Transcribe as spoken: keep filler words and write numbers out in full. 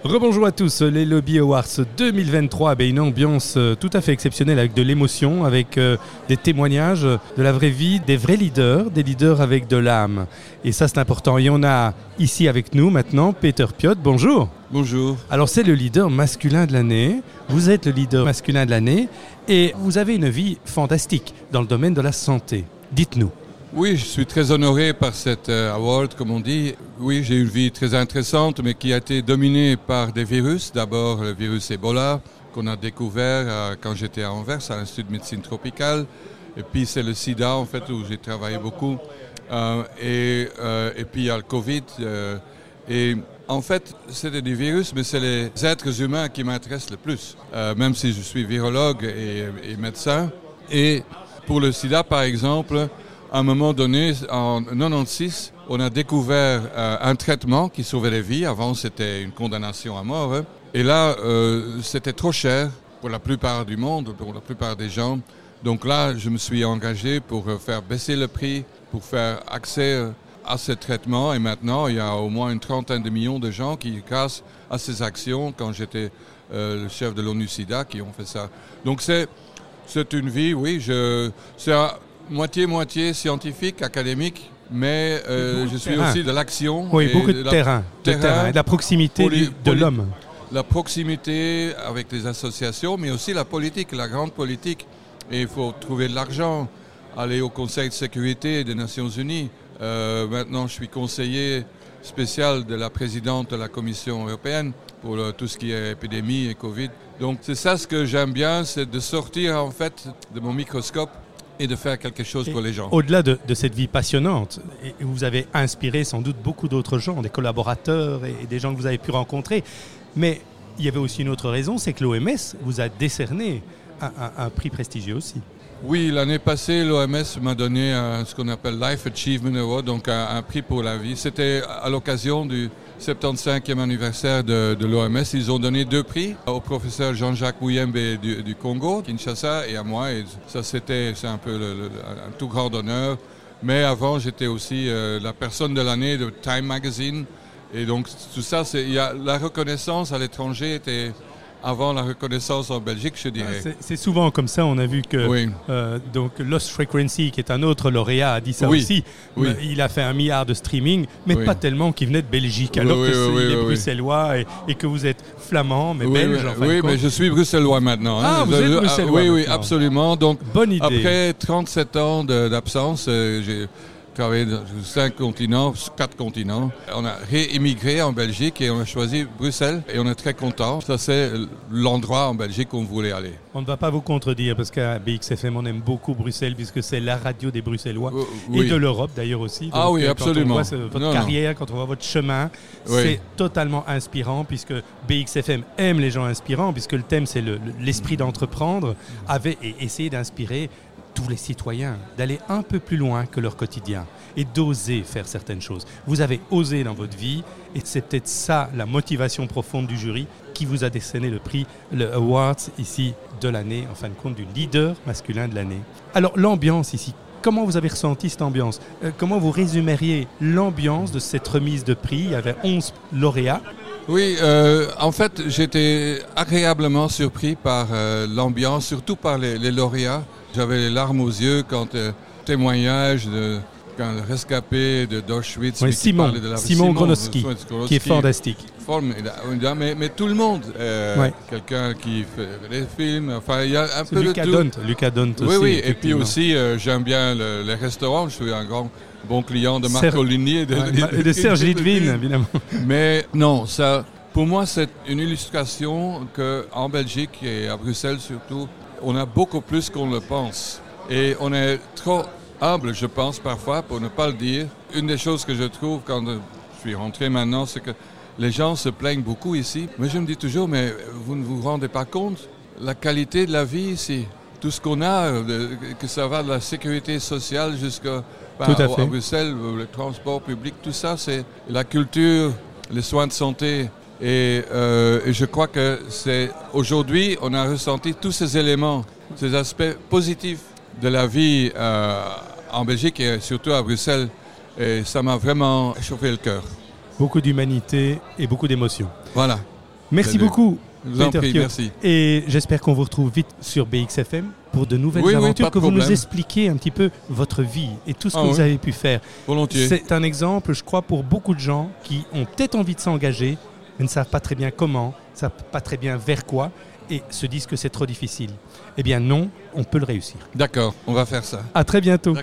Rebonjour à tous, les Lobby Awards deux mille vingt-trois, ben une ambiance tout à fait exceptionnelle avec de l'émotion, avec euh, des témoignages de la vraie vie, des vrais leaders, des leaders avec de l'âme. Et ça c'est important. Et on a ici avec nous maintenant Peter Piot, bonjour. Bonjour. Alors c'est le leader masculin de l'année, vous êtes le leader masculin de l'année et vous avez une vie fantastique dans le domaine de la santé. Dites-nous. Oui, je suis très honoré par cet euh, award, comme on dit. Oui, j'ai eu une vie très intéressante, mais qui a été dominée par des virus. D'abord, le virus Ebola, qu'on a découvert euh, quand j'étais à Anvers, à l'Institut de médecine tropicale. Et puis, c'est le sida, en fait, où j'ai travaillé beaucoup. Euh, et, euh, et puis, il y a le Covid. Euh, et en fait, c'est des virus, mais c'est les êtres humains qui m'intéressent le plus, euh, même si je suis virologue et, et médecin. Et pour le sida, par exemple, à un moment donné, en quatre-vingt-seize, on a découvert euh, un traitement qui sauvait les vies. Avant, c'était une condamnation à mort. Hein. Et là, euh, c'était trop cher pour la plupart du monde, pour la plupart des gens. Donc là, je me suis engagé pour faire baisser le prix, pour faire accès à ce traitement. Et maintenant, il y a au moins une trentaine de millions de gens qui, grâce à ces actions, quand j'étais euh, le chef de l'ONU SIDA, qui ont fait ça. Donc c'est, c'est une vie, oui, je... C'est un, moitié-moitié scientifique, académique, mais euh, je suis terrain. aussi de l'action. Oui, et beaucoup de, de la, terrain, de terrain, terrain, et de la proximité poli, de poli, l'homme. La proximité avec les associations, mais aussi la politique, la grande politique. Et il faut trouver de l'argent, aller au Conseil de sécurité des Nations Unies. Euh, maintenant, je suis conseiller spécial de la présidente de la Commission européenne pour le, tout ce qui est épidémie et Covid. Donc c'est ça ce que j'aime bien, c'est de sortir en fait de mon microscope et de faire quelque chose et pour les gens. Au-delà de, de cette vie passionnante, et vous avez inspiré sans doute beaucoup d'autres gens, des collaborateurs et, et des gens que vous avez pu rencontrer. Mais il y avait aussi une autre raison, c'est que l'O M S vous a décerné un, un, un prix prestigieux aussi. Oui, l'année passée, l'O M S m'a donné un, ce qu'on appelle Life Achievement Award, donc un, un prix pour la vie. C'était à l'occasion du soixante-quinzième anniversaire de, de l'O M S. Ils ont donné deux prix au professeur Jean-Jacques Muyembe du, du Congo, Kinshasa, et à moi. Et ça, c'était c'est un peu le, le, un tout grand honneur. Mais avant, j'étais aussi euh, la personne de l'année de Time Magazine. Et donc, tout ça, c'est, il y a, la reconnaissance à l'étranger était avant la reconnaissance en Belgique, je dirais. C'est, c'est souvent comme ça, on a vu que oui. euh, donc Lost Frequency, qui est un autre lauréat, a dit ça oui. aussi. Oui. Il a fait un milliard de streaming, mais oui. pas tellement qu'il venait de Belgique, alors oui, que oui, c'est oui, les oui, bruxellois et, et que vous êtes flamand, mais oui, belge. Oui, en fin oui de compte. mais je suis bruxellois maintenant. Ah, hein. vous êtes bruxellois Oui, oui, maintenant. absolument. Donc, bonne idée. Après trente-sept ans de, d'absence, euh, j'ai travaillé dans cinq continents, quatre continents. On a réémigré en Belgique et on a choisi Bruxelles et on est très contents. Ça, c'est l'endroit en Belgique où on voulait aller. On ne va pas vous contredire parce qu'à B X F M, on aime beaucoup Bruxelles puisque c'est la radio des Bruxellois euh, oui. et de l'Europe d'ailleurs aussi. Donc, ah oui, absolument. Quand on voit votre non, carrière, non. quand on voit votre chemin, oui. c'est totalement inspirant puisque B X F M aime les gens inspirants puisque le thème, c'est le, l'esprit d'entreprendre, avait et essayé d'inspirer tous les citoyens, d'aller un peu plus loin que leur quotidien et d'oser faire certaines choses. Vous avez osé dans votre vie et c'est peut-être ça la motivation profonde du jury qui vous a décerné le prix, le Awards ici de l'année, en fin de compte du leader masculin de l'année. Alors l'ambiance ici, comment vous avez ressenti cette ambiance ? euh, Comment vous résumeriez l'ambiance de cette remise de prix ? Il y avait onze lauréats. Oui, euh, en fait, j'étais agréablement surpris par euh, l'ambiance, surtout par les, les lauréats. J'avais les larmes aux yeux quand euh, témoignage de quand le rescapé de d'Auschwitz, oui, Simon, de la, Simon, Simon Gronowski, qui est fantastique. Mais, mais tout le monde, euh, ouais. quelqu'un qui fait des films, enfin il y a un C'est peu Lucas de tout. Dont, Lucas Dont oui, aussi. Oui, et puis aussi euh, j'aime bien le, les restaurants, je suis un grand bon client de Marco Ser- Ligny et de, ouais, de, de, de Serge Litvin, évidemment. Mais non, ça, pour moi c'est une illustration qu'en Belgique et à Bruxelles surtout, on a beaucoup plus qu'on le pense. Et on est trop humble, je pense, parfois, pour ne pas le dire. Une des choses que je trouve quand je suis rentré maintenant, c'est que les gens se plaignent beaucoup ici. Mais je me dis toujours, mais vous ne vous rendez pas compte la qualité de la vie ici. Tout ce qu'on a, que ça va de la sécurité sociale jusqu'à ben, à, à Bruxelles, le transport public, tout ça, c'est la culture, les soins de santé. Et, euh, et je crois que c'est aujourd'hui, on a ressenti tous ces éléments, ces aspects positifs de la vie euh, en Belgique et surtout à Bruxelles. Et ça m'a vraiment chauffé le cœur. Beaucoup d'humanité et beaucoup d'émotions. Voilà. Merci Salut. beaucoup. Je vous en Peter prie, Kjøtt. merci. Et j'espère qu'on vous retrouve vite sur B X F M pour de nouvelles Oui, oui, aventures, pas de que vous nous problème. expliquiez un petit peu votre vie et tout ce que Ah vous oui. avez pu faire. Volontiers. C'est un exemple, je crois, pour beaucoup de gens qui ont peut-être envie de s'engager, mais ne savent pas très bien comment, ne savent pas très bien vers quoi, et se disent que c'est trop difficile. Eh bien non, on peut le réussir. D'accord, on va faire ça. À très bientôt. D'accord.